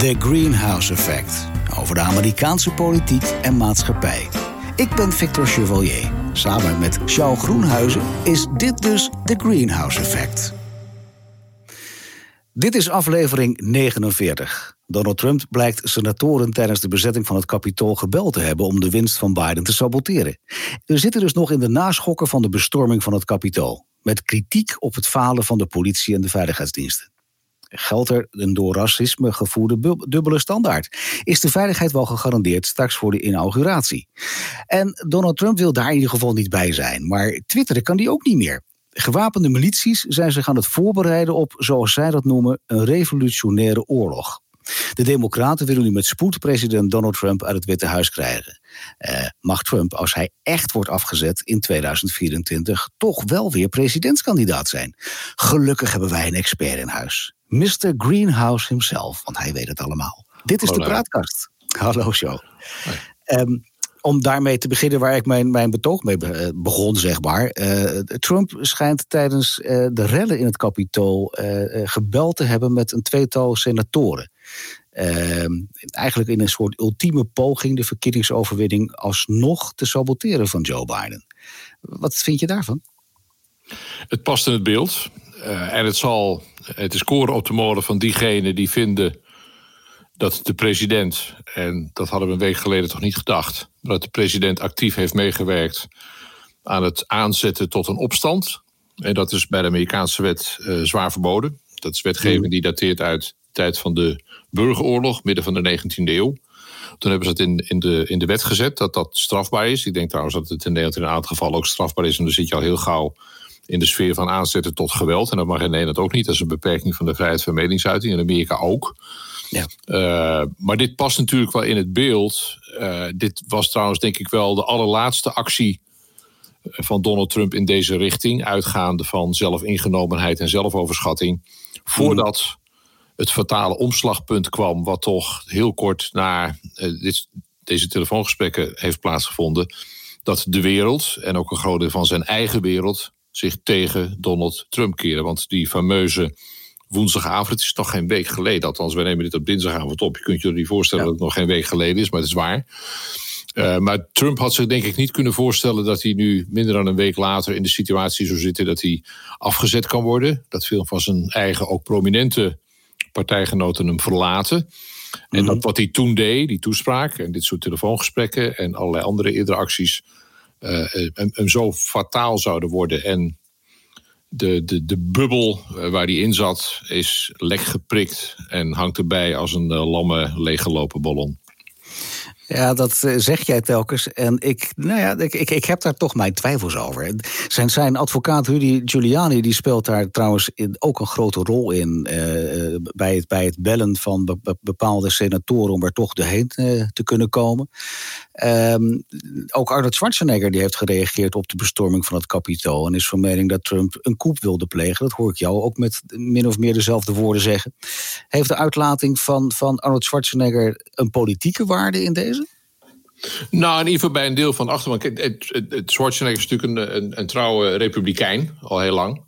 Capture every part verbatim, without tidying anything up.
The Greenhouse Effect. Over de Amerikaanse politiek en maatschappij. Ik ben Victor Chevalier. Samen met Sjaal Groenhuizen is dit dus The Greenhouse Effect. Dit is aflevering negenenveertig. Donald Trump blijkt senatoren tijdens de bezetting van het Capitool gebeld te hebben om de winst van Biden te saboteren. We zitten dus nog in de naschokken van de bestorming van het Capitool, met kritiek op het falen van de politie en de veiligheidsdiensten. Geldt er een door racisme gevoerde dubbele standaard? Is de veiligheid wel gegarandeerd straks voor de inauguratie? En Donald Trump wil daar in ieder geval niet bij zijn, maar twitteren kan die ook niet meer. Gewapende milities zijn zich aan het voorbereiden op, zoals zij dat noemen, een revolutionaire oorlog. De Democraten willen nu met spoed president Donald Trump uit het Witte Huis krijgen. Uh, mag Trump, als hij echt wordt afgezet in tweeduizend vierentwintig, toch wel weer presidentskandidaat zijn? Gelukkig hebben wij een expert in huis. mister Greenhouse himself, want hij weet het allemaal. Dit is Hallo. De Praatkast. Hallo, Sjo. Um, om daarmee te beginnen waar ik mijn, mijn betoog mee begon, zeg maar. Uh, Trump schijnt tijdens uh, de rellen in het Capitool uh, gebeld te hebben met een tweetal senatoren. Uh, eigenlijk in een soort ultieme poging de verkiezingsoverwinning alsnog te saboteren van Joe Biden. Wat vind je daarvan? Het past in het beeld. Uh, en het zal het is koren op de molen van diegenen die vinden dat de president, en dat hadden we een week geleden toch niet gedacht, dat de president actief heeft meegewerkt aan het aanzetten tot een opstand. En dat is bij de Amerikaanse wet uh, zwaar verboden. Dat is wetgeving die dateert uit de tijd van de burgeroorlog, midden van de negentiende eeuw. Toen hebben ze het in, in, de, in de wet gezet dat dat strafbaar is. Ik denk trouwens dat het in Nederland in een aantal gevallen ook strafbaar is. En dan zit je al heel gauw in de sfeer van aanzetten tot geweld. En dat mag in Nederland ook niet. Dat is een beperking van de vrijheid van meningsuiting. In Amerika ook. Ja. Uh, maar dit past natuurlijk wel in het beeld. Uh, dit was trouwens denk ik wel de allerlaatste actie van Donald Trump in deze richting. Uitgaande van zelfingenomenheid en zelfoverschatting. Voordat mm. het fatale omslagpunt kwam, wat toch heel kort na uh, dit, deze telefoongesprekken heeft plaatsgevonden. Dat de wereld, en ook een groot deel van zijn eigen wereld, zich tegen Donald Trump keren. Want die fameuze woensdagavond, het is nog geen week geleden, althans wij nemen dit op dinsdagavond op. Je kunt je er niet voorstellen ja. dat het nog geen week geleden is, maar het is waar. Uh, maar Trump had zich denk ik niet kunnen voorstellen dat hij nu minder dan een week later in de situatie zou zitten dat hij afgezet kan worden. Dat veel van zijn eigen, ook prominente partijgenoten hem verlaten. En mm-hmm. dat wat hij toen deed, die toespraak en dit soort telefoongesprekken en allerlei andere eerdere acties, uh, hem, hem zo fataal zouden worden. En de, de, de bubbel waar hij in zat is lek geprikt en hangt erbij als een uh, lamme leeggelopen ballon. Ja, dat zeg jij telkens. En ik, nou ja, ik, ik, ik heb daar toch mijn twijfels over. Zijn, zijn advocaat Rudy Giuliani die speelt daar trouwens ook een grote rol in. Uh, bij, het, bij het bellen van be, bepaalde senatoren om er toch doorheen uh, te kunnen komen. Um, ook Arnold Schwarzenegger die heeft gereageerd op de bestorming van het Capitool en is van mening dat Trump een coup wilde plegen. Dat hoor ik jou ook met min of meer dezelfde woorden zeggen. Heeft de uitlating van, van Arnold Schwarzenegger een politieke waarde in deze? Nou, in ieder geval bij een deel van de achterban. Het, het, het Schwarzenegger is natuurlijk een, een, een trouwe republikein, al heel lang.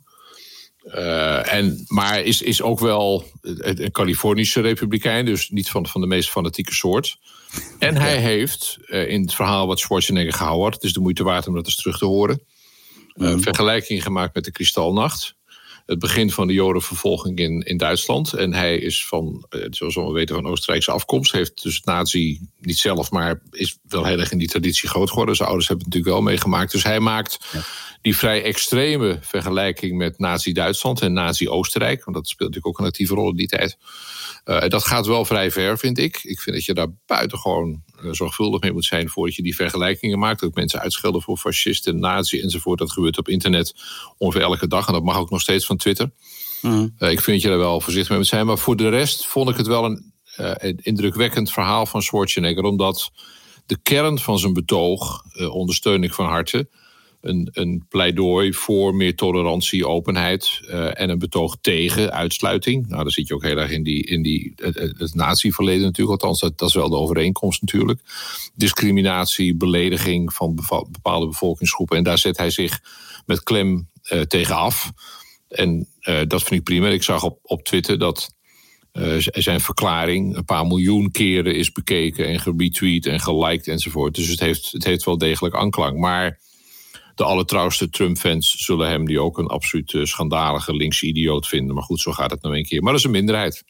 Uh, en, maar is, is ook wel een, een Californische republikein, dus niet van, van de meest fanatieke soort. En hij ja. heeft uh, in het verhaal wat Schwarzenegger gehouden had, het is de moeite waard om dat eens terug te horen, uh, mm. vergelijking gemaakt met de Kristalnacht. Het begin van de Jodenvervolging in, in Duitsland. En hij is van, zoals we weten, van Oostenrijkse afkomst. Heeft dus nazi, niet zelf, maar is wel heel erg in die traditie groot geworden. Zijn ouders hebben het natuurlijk wel meegemaakt. Dus hij maakt ja. die vrij extreme vergelijking met nazi-Duitsland en nazi-Oostenrijk. Want dat speelt natuurlijk ook een actieve rol in die tijd. Uh, dat gaat wel vrij ver, vind ik. Ik vind dat je daar buitengewoon uh, zorgvuldig mee moet zijn voordat je die vergelijkingen maakt. Dat mensen uitschelden voor fascisten, nazi enzovoort. Dat gebeurt op internet ongeveer elke dag. En dat mag ook nog steeds van Twitter. Mm. Uh, ik vind dat je er wel voorzichtig mee moet zijn. Maar voor de rest vond ik het wel een, uh, een indrukwekkend verhaal van Schwarzenegger. Omdat de kern van zijn betoog, uh, ondersteun ik van harte, Een, een pleidooi voor meer tolerantie, openheid uh, en een betoog tegen uitsluiting. Nou, daar zit je ook heel erg in, die, in die, het, het nazi-verleden natuurlijk. Althans, dat, dat is wel de overeenkomst natuurlijk. Discriminatie, belediging van bepaalde bevolkingsgroepen. En daar zet hij zich met klem uh, tegen af. En uh, dat vind ik prima. Ik zag op, op Twitter dat Uh, zijn verklaring een paar miljoen keren is bekeken en geretweet en geliked enzovoort. Dus het heeft, het heeft wel degelijk aanklank. Maar de allertrouwste Trump-fans zullen hem die ook een absoluut schandalige linkse idioot vinden. Maar goed, zo gaat het nou een keer. Maar dat is een minderheid.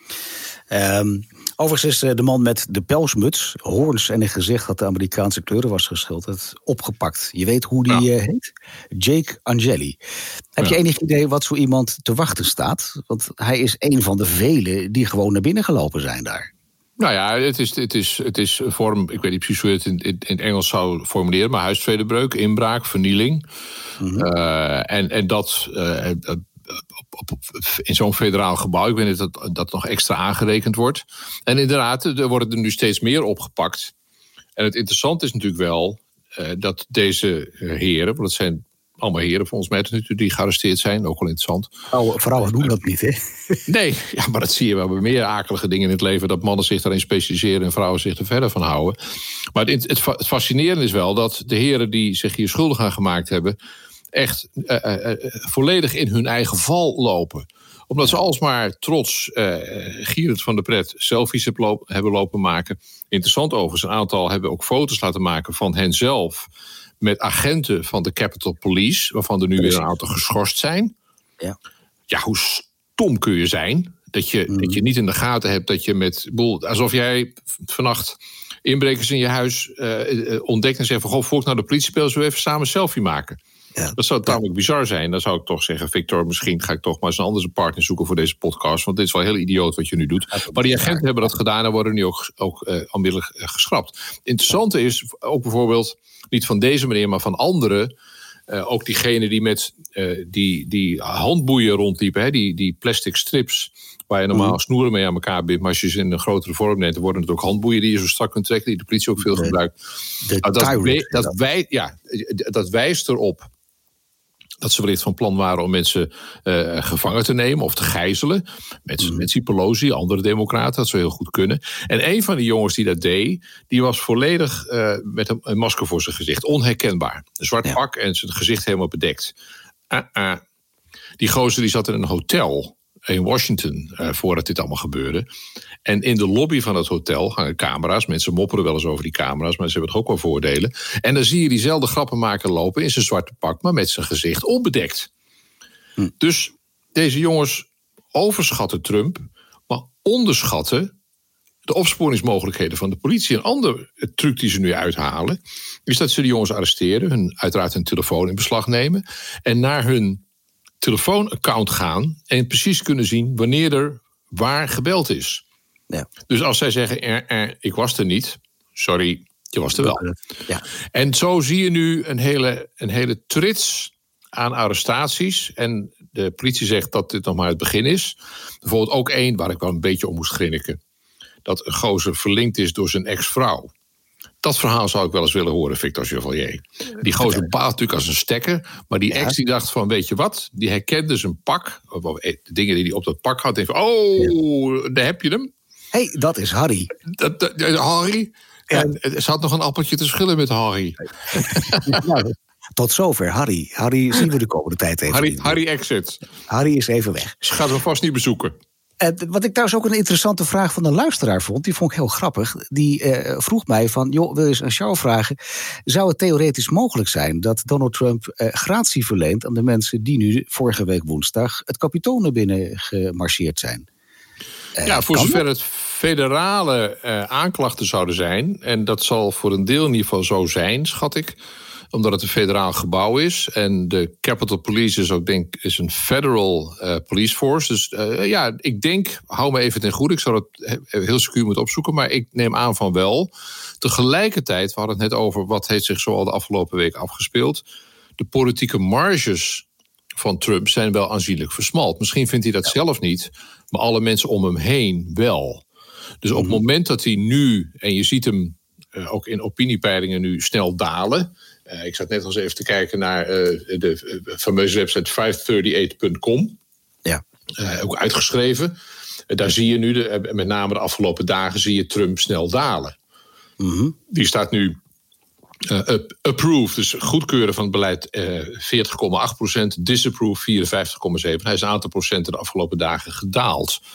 Um, overigens is de man met de pelsmuts, hoorns en een gezicht dat de Amerikaanse kleuren was geschilderd, opgepakt. Je weet hoe die ja. uh, heet? Jake Angeli. Heb ja. je enig idee wat zo iemand te wachten staat? Want hij is een van de velen die gewoon naar binnen gelopen zijn daar. Nou ja, het is, het is, het is een vorm, ik weet niet precies hoe je het in, in het Engels zou formuleren, maar huisvredebreuk, inbraak, vernieling. Mm-hmm. Uh, en, en dat uh, op, op, in zo'n federaal gebouw, ik weet dat dat nog extra aangerekend wordt. En inderdaad, er worden er nu steeds meer opgepakt. En het interessante is natuurlijk wel uh, dat deze heren, want dat zijn allemaal heren volgens mij natuurlijk die gearresteerd zijn, ook wel interessant. Vrouwen, vrouwen doen dat niet, hè? Nee, ja, maar dat zie je wel bij meer akelige dingen in het leven, dat mannen zich daarin specialiseren en vrouwen zich er verder van houden. Maar het, het, het fascinerende is wel dat de heren die zich hier schuldig aan gemaakt hebben, echt uh, uh, uh, volledig in hun eigen val lopen. Omdat ze alsmaar trots, uh, gierend van de pret, selfies hebben lopen maken. Interessant overigens, een aantal hebben ook foto's laten maken van henzelf met agenten van de Capitol Police, waarvan er nu weer een aantal geschorst zijn. Ja, ja, hoe stom kun je zijn dat je, mm. dat je niet in de gaten hebt dat je met boel, alsof jij vannacht inbrekers in je huis uh, ontdekt en zegt van, goh, voor ik naar de politie speel, zullen we even samen een selfie maken. Ja. Dat zou tamelijk bizar zijn. Dan zou ik toch zeggen, Victor, misschien ga ik toch maar eens een andere partner zoeken voor deze podcast. Want dit is wel heel idioot wat je nu doet. Maar die agenten hebben dat gedaan en worden nu ook, ook uh, onmiddellijk uh, geschrapt. Het interessante is ook bijvoorbeeld, niet van deze meneer, maar van anderen. Uh, ook diegenen die met uh, die, die handboeien rondliepen, hè, die, die plastic strips, waar je normaal snoeren mee aan elkaar bindt. Maar als je ze in een grotere vorm neemt, dan worden het ook handboeien die je zo strak kunt trekken, die de politie ook veel gebruikt. De, de nou, dat, we, dat, wij, ja, dat wijst erop dat ze wellicht van plan waren om mensen uh, gevangen te nemen of te gijzelen. Met, mm. met Pelosi, andere democraten, dat zou heel goed kunnen. En een van die jongens die dat deed, die was volledig uh, met een, een masker voor zijn gezicht. Onherkenbaar. Een zwart ja. pak en zijn gezicht helemaal bedekt. Uh-uh. Die gozer die zat in een hotel in Washington uh, voordat dit allemaal gebeurde. En in de lobby van het hotel hangen camera's. Mensen mopperen wel eens over die camera's, maar ze hebben toch ook wel voordelen. En dan zie je diezelfde grappenmaker lopen in zijn zwarte pak, maar met zijn gezicht onbedekt. Hm. Dus deze jongens overschatten Trump, maar onderschatten de opsporingsmogelijkheden van de politie. Een ander truc die ze nu uithalen is dat ze die jongens arresteren, hun, uiteraard hun telefoon in beslag nemen en naar hun telefoonaccount gaan en precies kunnen zien wanneer er waar gebeld is. Ja. Dus als zij zeggen, er, er, ik was er niet, sorry, je was er wel. Ja. En zo zie je nu een hele, een hele trits aan arrestaties. En de politie zegt dat dit nog maar het begin is. Bijvoorbeeld ook één waar ik wel een beetje om moest grinniken. Dat een gozer verlinkt is door zijn ex-vrouw. Dat verhaal zou ik wel eens willen horen, Victor Chevalier. Die gozer bepaalt natuurlijk als een stekker. Maar die ex die dacht van, weet je wat? Die herkende zijn pak. De dingen die hij op dat pak had. En van, oh, daar heb je hem. Hé, hey, dat is Harry. Dat, dat, Harry. Ja. En ze had nog een appeltje te schillen met Harry. Ja, tot zover, Harry. Harry zien we de komende tijd even. Harry, Harry exit. Harry is even weg. Ze gaat hem vast niet bezoeken. En wat ik trouwens ook een interessante vraag van een luisteraar vond, die vond ik heel grappig. Die uh, vroeg mij van, joh, wil je eens aan jou vragen, zou het theoretisch mogelijk zijn dat Donald Trump uh, gratie verleent aan de mensen die nu vorige week woensdag het Capitool naar binnen gemarcheerd zijn? Uh, ja, voor zover het federale uh, aanklachten zouden zijn, en dat zal voor een deel in ieder geval zo zijn, schat ik, omdat het een federaal gebouw is. En de Capitol Police is ook, denk is een federal uh, police force. Dus uh, ja, ik denk, hou me even ten goede, ik zou het heel secuur moeten opzoeken, maar ik neem aan van wel. Tegelijkertijd, we hadden het net over wat heeft zich zoal de afgelopen week afgespeeld. De politieke marges van Trump zijn wel aanzienlijk versmald. Misschien vindt hij dat ja. zelf niet, maar alle mensen om hem heen wel. Dus op het mm-hmm. moment dat hij nu, en je ziet hem uh, ook in opiniepeilingen nu snel dalen. Uh, ik zat net al eens even te kijken naar uh, de uh, fameuze website vijfhonderdachtendertig punt com. Ja. Uh, ook uitgeschreven. Uh, daar zie je nu, de, uh, met name de afgelopen dagen, zie je Trump snel dalen. Mm-hmm. Die staat nu uh, up, approved, dus goedkeuren van het beleid uh, veertig komma acht procent, disapprove vierenvijftig komma zeven. Hij is een aantal procenten de afgelopen dagen gedaald.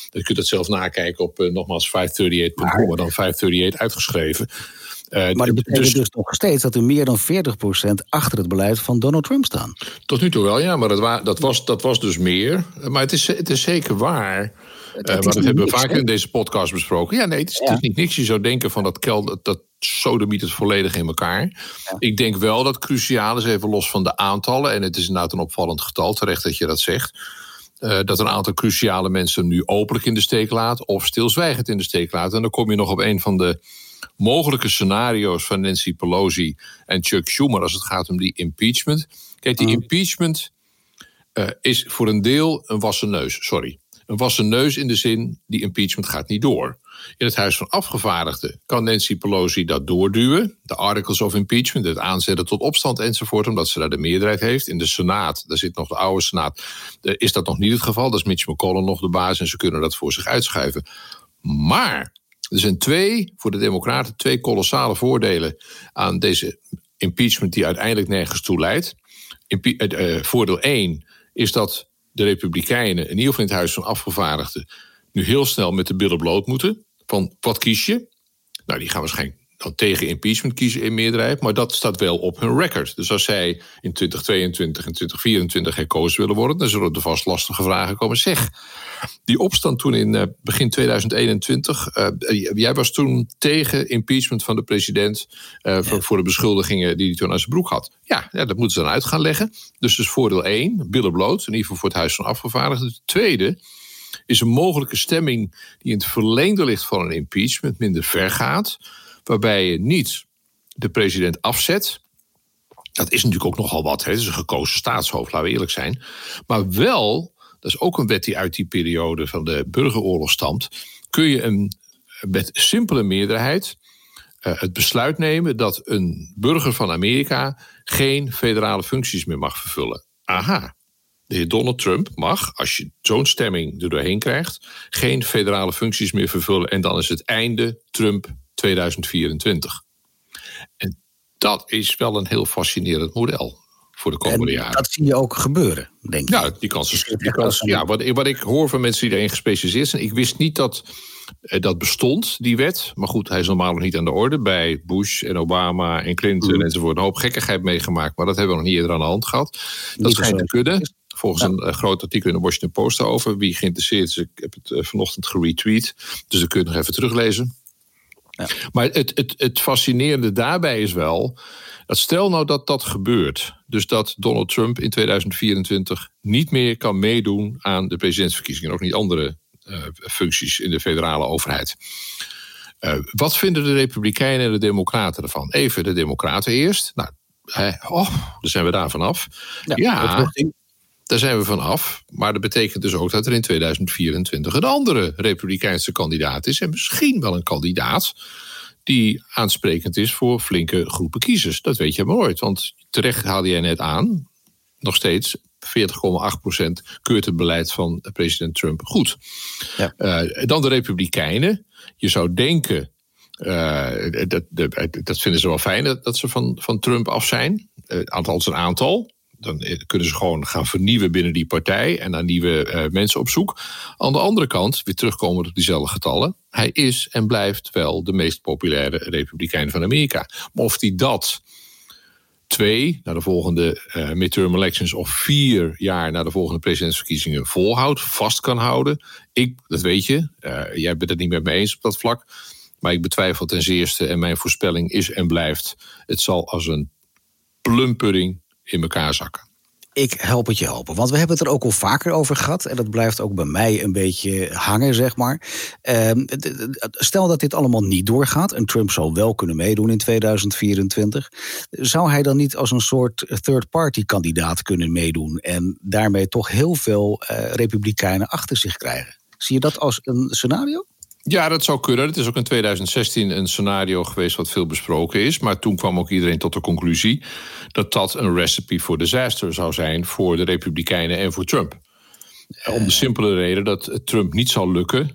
Je kunt dat zelf nakijken op uh, nogmaals vijf drieëndertig punt com, maar dan vijf drieëndertig uitgeschreven. Uh, maar dat betekent dus, dus nog steeds dat er meer dan veertig procent achter het beleid van Donald Trump staan. Tot nu toe wel, ja, maar dat, wa- dat, was, dat was dus meer. Maar het is, het is zeker waar. Uh, maar dat hebben we niks, vaker he? in deze podcast besproken. Ja, nee, het is, ja. het is niet niks. Je zou denken van dat kel, dat, dat sodemiet het volledig in elkaar. Ja. Ik denk wel dat cruciaal is, even los van de aantallen, en het is inderdaad een opvallend getal, terecht dat je dat zegt, uh, dat een aantal cruciale mensen nu openlijk in de steek laat of stilzwijgend in de steek laat. En dan kom je nog op een van de mogelijke scenario's van Nancy Pelosi en Chuck Schumer als het gaat om die impeachment. Kijk, die mm. impeachment uh, is voor een deel een wassen neus, sorry. Een wassen neus in de zin, die impeachment gaat niet door. In het Huis van Afgevaardigden kan Nancy Pelosi dat doorduwen. De articles of impeachment, het aanzetten tot opstand enzovoort, omdat ze daar de meerderheid heeft. In de Senaat, daar zit nog de oude Senaat, is dat nog niet het geval. Dat is Mitch McConnell nog de baas en ze kunnen dat voor zich uitschuiven. Maar er zijn twee, voor de Democraten, twee kolossale voordelen aan deze impeachment die uiteindelijk nergens toe leidt. Impe- uh, voordeel één is dat de Republikeinen, in ieder geval in het Huis van Afgevaardigden, nu heel snel met de billen bloot moeten. Van, wat kies je? Nou, die gaan waarschijnlijk dan tegen impeachment kiezen in meerderheid, maar dat staat wel op hun record. Dus als zij in twintig tweeëntwintig en twintig vierentwintig herkozen willen worden, dan zullen er vast lastige vragen komen. Zeg, die opstand toen in uh, begin tweeduizend eenentwintig, uh, jij was toen tegen impeachment van de president uh, ja. voor, voor de beschuldigingen die hij toen aan zijn broek had. Ja, ja, dat moeten ze dan uit gaan leggen. Dus dus voordeel één, billen bloot, in ieder geval voor het Huis van Afgevaardigden. Het tweede is een mogelijke stemming die in het verlengde ligt van een impeachment, minder ver gaat, waarbij je niet de president afzet. Dat is natuurlijk ook nogal wat. Hè? Het is een gekozen staatshoofd, laten we eerlijk zijn. Maar wel, dat is ook een wet die uit die periode van de burgeroorlog stamt, kun je een, met simpele meerderheid uh, het besluit nemen dat een burger van Amerika geen federale functies meer mag vervullen. Aha. De heer Donald Trump mag, als je zo'n stemming er doorheen krijgt, geen federale functies meer vervullen. En dan is het einde Trump tweeduizend vierentwintig. En dat is wel een heel fascinerend model voor de komende en jaren. Dat zie je ook gebeuren, denk ik. Ja, die kans is, die kans, ja wat, wat ik hoor van mensen die erin gespecialiseerd zijn. Ik wist niet dat eh, dat bestond, die wet. Maar goed, hij is normaal nog niet aan de orde. Bij Bush en Obama en Clinton mm. enzovoort. Een hoop gekkigheid meegemaakt. Maar dat hebben we nog niet eerder aan de hand gehad. Dat niet zou kunnen. Volgens ja. een uh, groot artikel in de Washington Post daarover. Wie geïnteresseerd is, ik heb het uh, vanochtend geretweet. Dus dat kun je nog even teruglezen. Ja. Maar het, het, het fascinerende daarbij is wel, dat stel nou dat dat gebeurt. Dus dat Donald Trump in tweeduizend vierentwintig niet meer kan meedoen aan de presidentsverkiezingen. Ook niet andere uh, functies in de federale overheid. Uh, wat vinden de Republikeinen en de Democraten ervan? Even de Democraten eerst. Nou, uh, oh, dan zijn we daar vanaf. Ja, ja daar zijn we vanaf. Maar dat betekent dus ook dat er in tweeduizend vierentwintig een andere Republikeinse kandidaat is. En misschien wel een kandidaat die aansprekend is voor flinke groepen kiezers. Dat weet je maar nooit. Want terecht haalde jij net aan, nog steeds veertig komma acht procent keurt het beleid van president Trump goed. Ja. Uh, dan de Republikeinen. Je zou denken, uh, dat, dat, dat vinden ze wel fijn dat, dat ze van, van Trump af zijn. Uh, althans een aantal. Dan kunnen ze gewoon gaan vernieuwen binnen die partij en naar nieuwe uh, mensen op zoek. Aan de andere kant, weer terugkomen op diezelfde getallen, hij is en blijft wel de meest populaire Republikein van Amerika. Maar of hij dat twee, naar de volgende uh, midterm elections, of vier jaar naar de volgende presidentsverkiezingen volhoudt, vast kan houden, ik, dat weet je, uh, jij bent het niet met me eens op dat vlak, maar ik betwijfel ten zeerste en mijn voorspelling is en blijft, het zal als een plumpudding in elkaar zakken. Ik help het je helpen, want we hebben het er ook al vaker over gehad en dat blijft ook bij mij een beetje hangen, zeg maar. Uh, stel dat dit allemaal niet doorgaat en Trump zou wel kunnen meedoen in tweeduizend vierentwintig, zou hij dan niet als een soort third-party kandidaat kunnen meedoen en daarmee toch heel veel uh, Republikeinen achter zich krijgen? Zie je dat als een scenario? Ja, dat zou kunnen. Het is ook in tweeduizend zestien een scenario geweest wat veel besproken is. Maar toen kwam ook iedereen tot de conclusie dat dat een recipe for disaster zou zijn voor de Republikeinen en voor Trump. Uh. Om de simpele reden dat het Trump niet zal lukken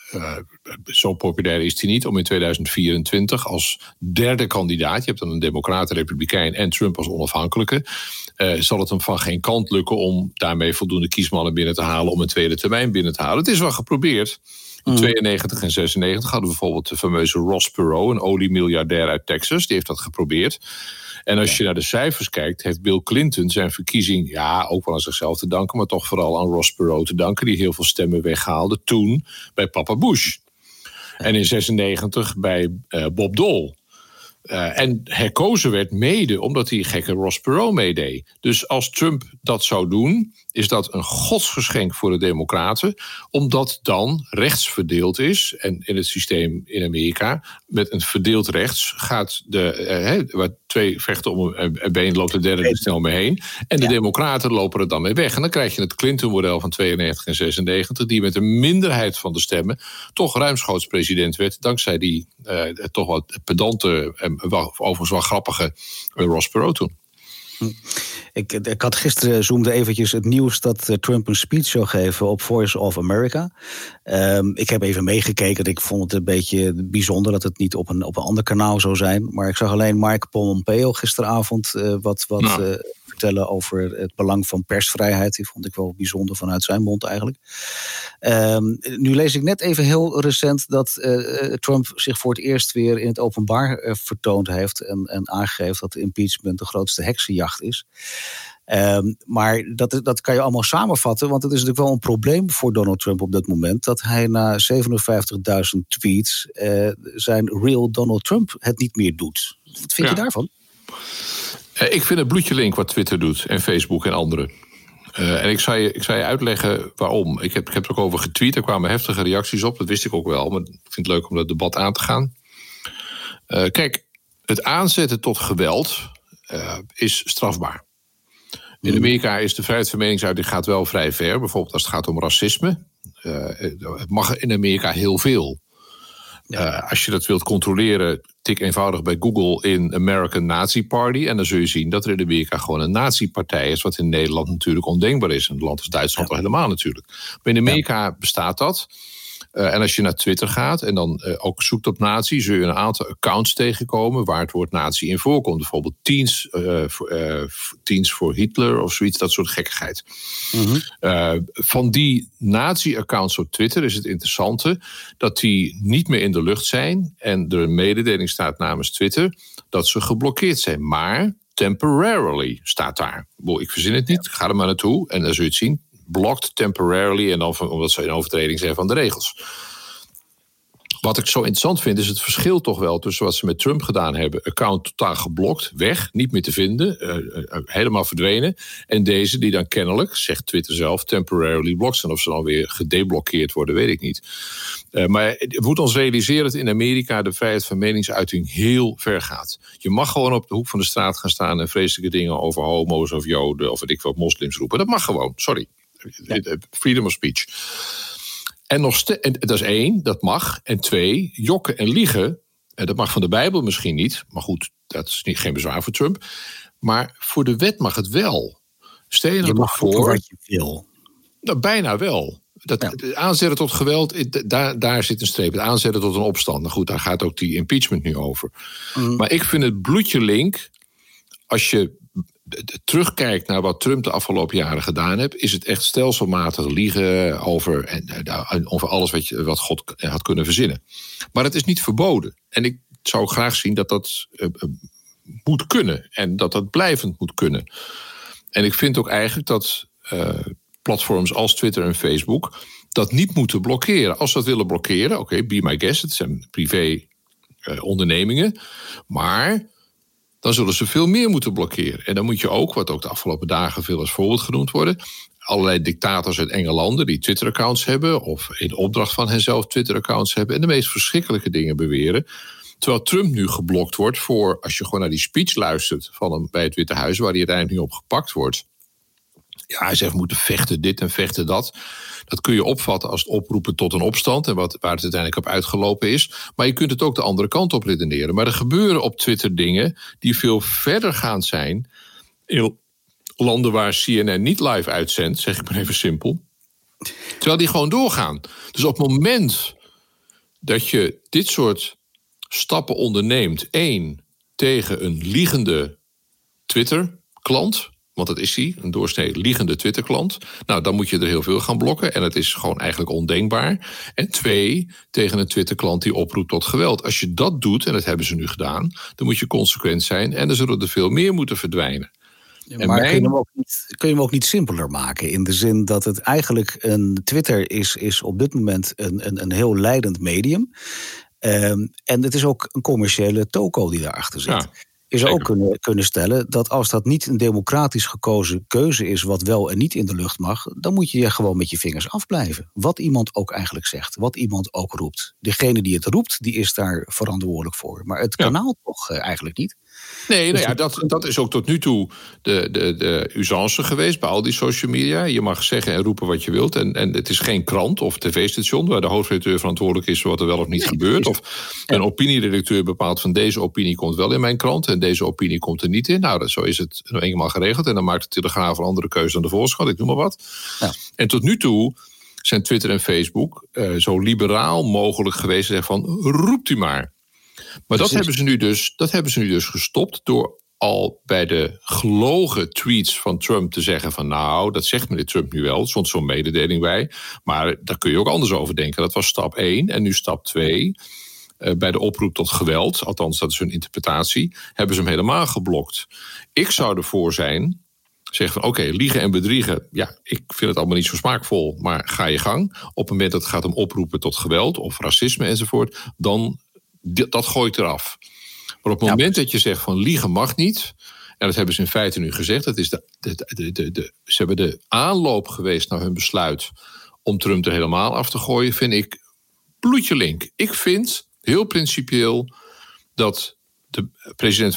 Uh, zo populair is hij niet om in tweeduizend vierentwintig als derde kandidaat, je hebt dan een democraten, republikein en Trump als onafhankelijke, uh, zal het hem van geen kant lukken om daarmee voldoende kiesmannen binnen te halen om een tweede termijn binnen te halen. Het is wel geprobeerd. In tweeënnegentig en zesennegentig hadden we bijvoorbeeld de fameuze Ross Perot, een oliemiljardair uit Texas, die heeft dat geprobeerd. En als je naar de cijfers kijkt, heeft Bill Clinton zijn verkiezing, ja, ook wel aan zichzelf te danken, maar toch vooral aan Ross Perot te danken, die heel veel stemmen weghaalde toen bij papa Bush. En in zesennegentig bij uh, Bob Dole. Uh, en herkozen werd mede omdat die gekke Ross Perot meedeed. Dus als Trump dat zou doen, is dat een godsgeschenk voor de democraten, omdat dan rechts verdeeld is. En in het systeem in Amerika, met een verdeeld rechts, gaat de eh, waar twee vechten om een been, loopt de derde er snel mee heen. En de ja. democraten lopen er dan mee weg. En dan krijg je het Clinton-model van tweeënnegentig en zesennegentig, die met een minderheid van de stemmen toch ruimschoots president werd, dankzij die eh, toch wat pedante en overigens wel grappige uh, Ross Perot toen. Ik, ik had gisteren zoomde eventjes het nieuws dat Trump een speech zou geven op Voice of America. Um, ik heb even meegekeken. Ik vond het een beetje bijzonder dat het niet op een, op een ander kanaal zou zijn. Maar ik zag alleen Mike Pompeo gisteravond uh, wat, wat nou. uh, vertellen over het belang van persvrijheid. Die vond ik wel bijzonder vanuit zijn mond eigenlijk. Um, nu lees ik net even heel recent dat uh, Trump zich voor het eerst weer in het openbaar uh, vertoond heeft en, en aangegeven dat de impeachment de grootste heksenjacht is. Um, maar dat, dat kan je allemaal samenvatten, want het is natuurlijk wel een probleem voor Donald Trump op dat moment, dat hij na zevenenvijftigduizend tweets uh, zijn real Donald Trump het niet meer doet. Wat vind ja. je daarvan? Ik vind het bloedje link wat Twitter doet en Facebook en anderen. Uh, en ik zou, je, ik zou je uitleggen waarom. Ik heb, ik heb er ook over getweet, er kwamen heftige reacties op, dat wist ik ook wel, maar ik vind het leuk om dat debat aan te gaan. Uh, kijk, het aanzetten tot geweld uh, is strafbaar. In Amerika is de vrijheid van meningsuiting gaat wel vrij ver. Bijvoorbeeld als het gaat om racisme. Uh, het mag in Amerika heel veel. Uh, als je dat wilt controleren, tik eenvoudig bij Google in American Nazi Party. En dan zul je zien dat er in Amerika gewoon een nazi-partij is, wat in Nederland natuurlijk ondenkbaar is. En een land als Duitsland ja. al helemaal natuurlijk. Maar in Amerika ja. bestaat dat. Uh, en als je naar Twitter gaat en dan uh, ook zoekt op nazi, zul je een aantal accounts tegenkomen waar het woord nazi in voorkomt. Bijvoorbeeld Teens, uh, voor, uh, Teens voor Hitler of zoiets, dat soort gekkigheid. Mm-hmm. Uh, van die nazi-accounts op Twitter is het interessante dat die niet meer in de lucht zijn en er een mededeling staat namens Twitter dat ze geblokkeerd zijn. Maar temporarily staat daar. Bo, ik verzin het niet, ja. ga er maar naartoe en dan zul je het zien. Blocked temporarily en dan omdat ze in overtreding zijn van de regels. Wat ik zo interessant vind is het verschil toch wel tussen wat ze met Trump gedaan hebben. Account totaal geblokt, weg, niet meer te vinden, uh, uh, helemaal verdwenen. En deze die dan kennelijk, zegt Twitter zelf, temporarily blocked zijn. Of ze dan weer gedeblokkeerd worden, weet ik niet. Uh, maar we moeten ons realiseren dat in Amerika de vrijheid van meningsuiting heel ver gaat. Je mag gewoon op de hoek van de straat gaan staan en vreselijke dingen over homo's of joden of weet ik wat moslims roepen. Dat mag gewoon, sorry. Ja. Freedom of speech. En, nog ste- en dat is één, dat mag. En twee, jokken en liegen. En dat mag van de Bijbel misschien niet. Maar goed, dat is niet, geen bezwaar voor Trump. Maar voor de wet mag het wel. Stel je, je mag voor wat je wil. Nou, bijna wel. Dat, ja. Het aanzetten tot geweld, daar, daar zit een streep. Het aanzetten tot een opstand. Nou goed, daar gaat ook die impeachment nu over. Mm. Maar ik vind het bloedje link, als je terugkijkt naar wat Trump de afgelopen jaren gedaan heeft, is het echt stelselmatig liegen over, en, over alles wat, je, wat God had kunnen verzinnen. Maar het is niet verboden. En ik zou graag zien dat dat uh, moet kunnen. En dat dat blijvend moet kunnen. En ik vind ook eigenlijk dat uh, platforms als Twitter en Facebook dat niet moeten blokkeren. Als ze dat willen blokkeren, oké, okay, be my guest. Het zijn privé uh, ondernemingen. Maar dan zullen ze veel meer moeten blokkeren. En dan moet je ook, wat ook de afgelopen dagen veel als voorbeeld genoemd worden, allerlei dictators uit enge landen die Twitter-accounts hebben, of in opdracht van henzelf Twitter-accounts hebben, en de meest verschrikkelijke dingen beweren. Terwijl Trump nu geblokt wordt voor, als je gewoon naar die speech luistert van hem bij het Witte Huis, waar hij uiteindelijk nu op gepakt wordt. Ja, hij zegt, we moeten vechten dit en vechten dat. Dat kun je opvatten als het oproepen tot een opstand en wat, waar het uiteindelijk op uitgelopen is. Maar je kunt het ook de andere kant op redeneren. Maar er gebeuren op Twitter dingen die veel verder gaan zijn in landen waar C N N niet live uitzendt, zeg ik maar even simpel. Terwijl die gewoon doorgaan. Dus op het moment dat je dit soort stappen onderneemt. Eén, tegen een liegende Twitter-klant. Want dat is hij, een doorsnee liegende Twitter-klant. Nou, dan moet je er heel veel gaan blokken. En het is gewoon eigenlijk ondenkbaar. En twee, tegen een Twitter-klant die oproept tot geweld. Als je dat doet, en dat hebben ze nu gedaan, dan moet je consequent zijn. En dan zullen er veel meer moeten verdwijnen. Ja, maar mijn... kun, je hem ook niet, kun je hem ook niet simpeler maken? In de zin dat het eigenlijk een Twitter is, is op dit moment een, een, een heel leidend medium. Um, en het is ook een commerciële toko die daarachter zit. Ja. Je zou ook kunnen, kunnen stellen dat als dat niet een democratisch gekozen keuze is wat wel en niet in de lucht mag, dan moet je je gewoon met je vingers afblijven. Wat iemand ook eigenlijk zegt, wat iemand ook roept. Degene die het roept, die is daar verantwoordelijk voor. Maar het kanaal ja. toch uh, eigenlijk niet. Nee, nou ja, dat, dat is ook tot nu toe de, de, de usance geweest bij al die social media. Je mag zeggen en roepen wat je wilt. En, en het is geen krant of tv-station waar de hoofdredacteur verantwoordelijk is wat er wel of niet nee, gebeurt. Of een opinieredacteur bepaalt van deze opinie komt wel in mijn krant en deze opinie komt er niet in. Nou, dat, zo is het nou eenmaal geregeld. En dan maakt de Telegraaf een andere keuze dan de Volkskrant, ik noem maar wat. Ja. En tot nu toe zijn Twitter en Facebook uh, zo liberaal mogelijk geweest. En van, roept u maar. Maar dat hebben, ze nu dus, dat hebben ze nu dus gestopt door al bij de gelogen tweets van Trump te zeggen van nou, dat zegt meneer Trump nu wel, er stond zo'n mededeling bij, maar daar kun je ook anders over denken. Dat was stap één. En nu stap twee, uh, bij de oproep tot geweld, althans dat is hun interpretatie, hebben ze hem helemaal geblokt. Ik zou ervoor zijn, zeggen van oké, okay, liegen en bedriegen, ja, ik vind het allemaal niet zo smaakvol, maar ga je gang. Op het moment dat het gaat om oproepen tot geweld of racisme enzovoort, dan dat gooi ik eraf. Maar op het moment ja, dat je zegt van liegen mag niet, en dat hebben ze in feite nu gezegd, dat is de, de, de, de, de, ze hebben de aanloop geweest naar hun besluit om Trump er helemaal af te gooien, vind ik bloedje link. Ik vind heel principieel dat de president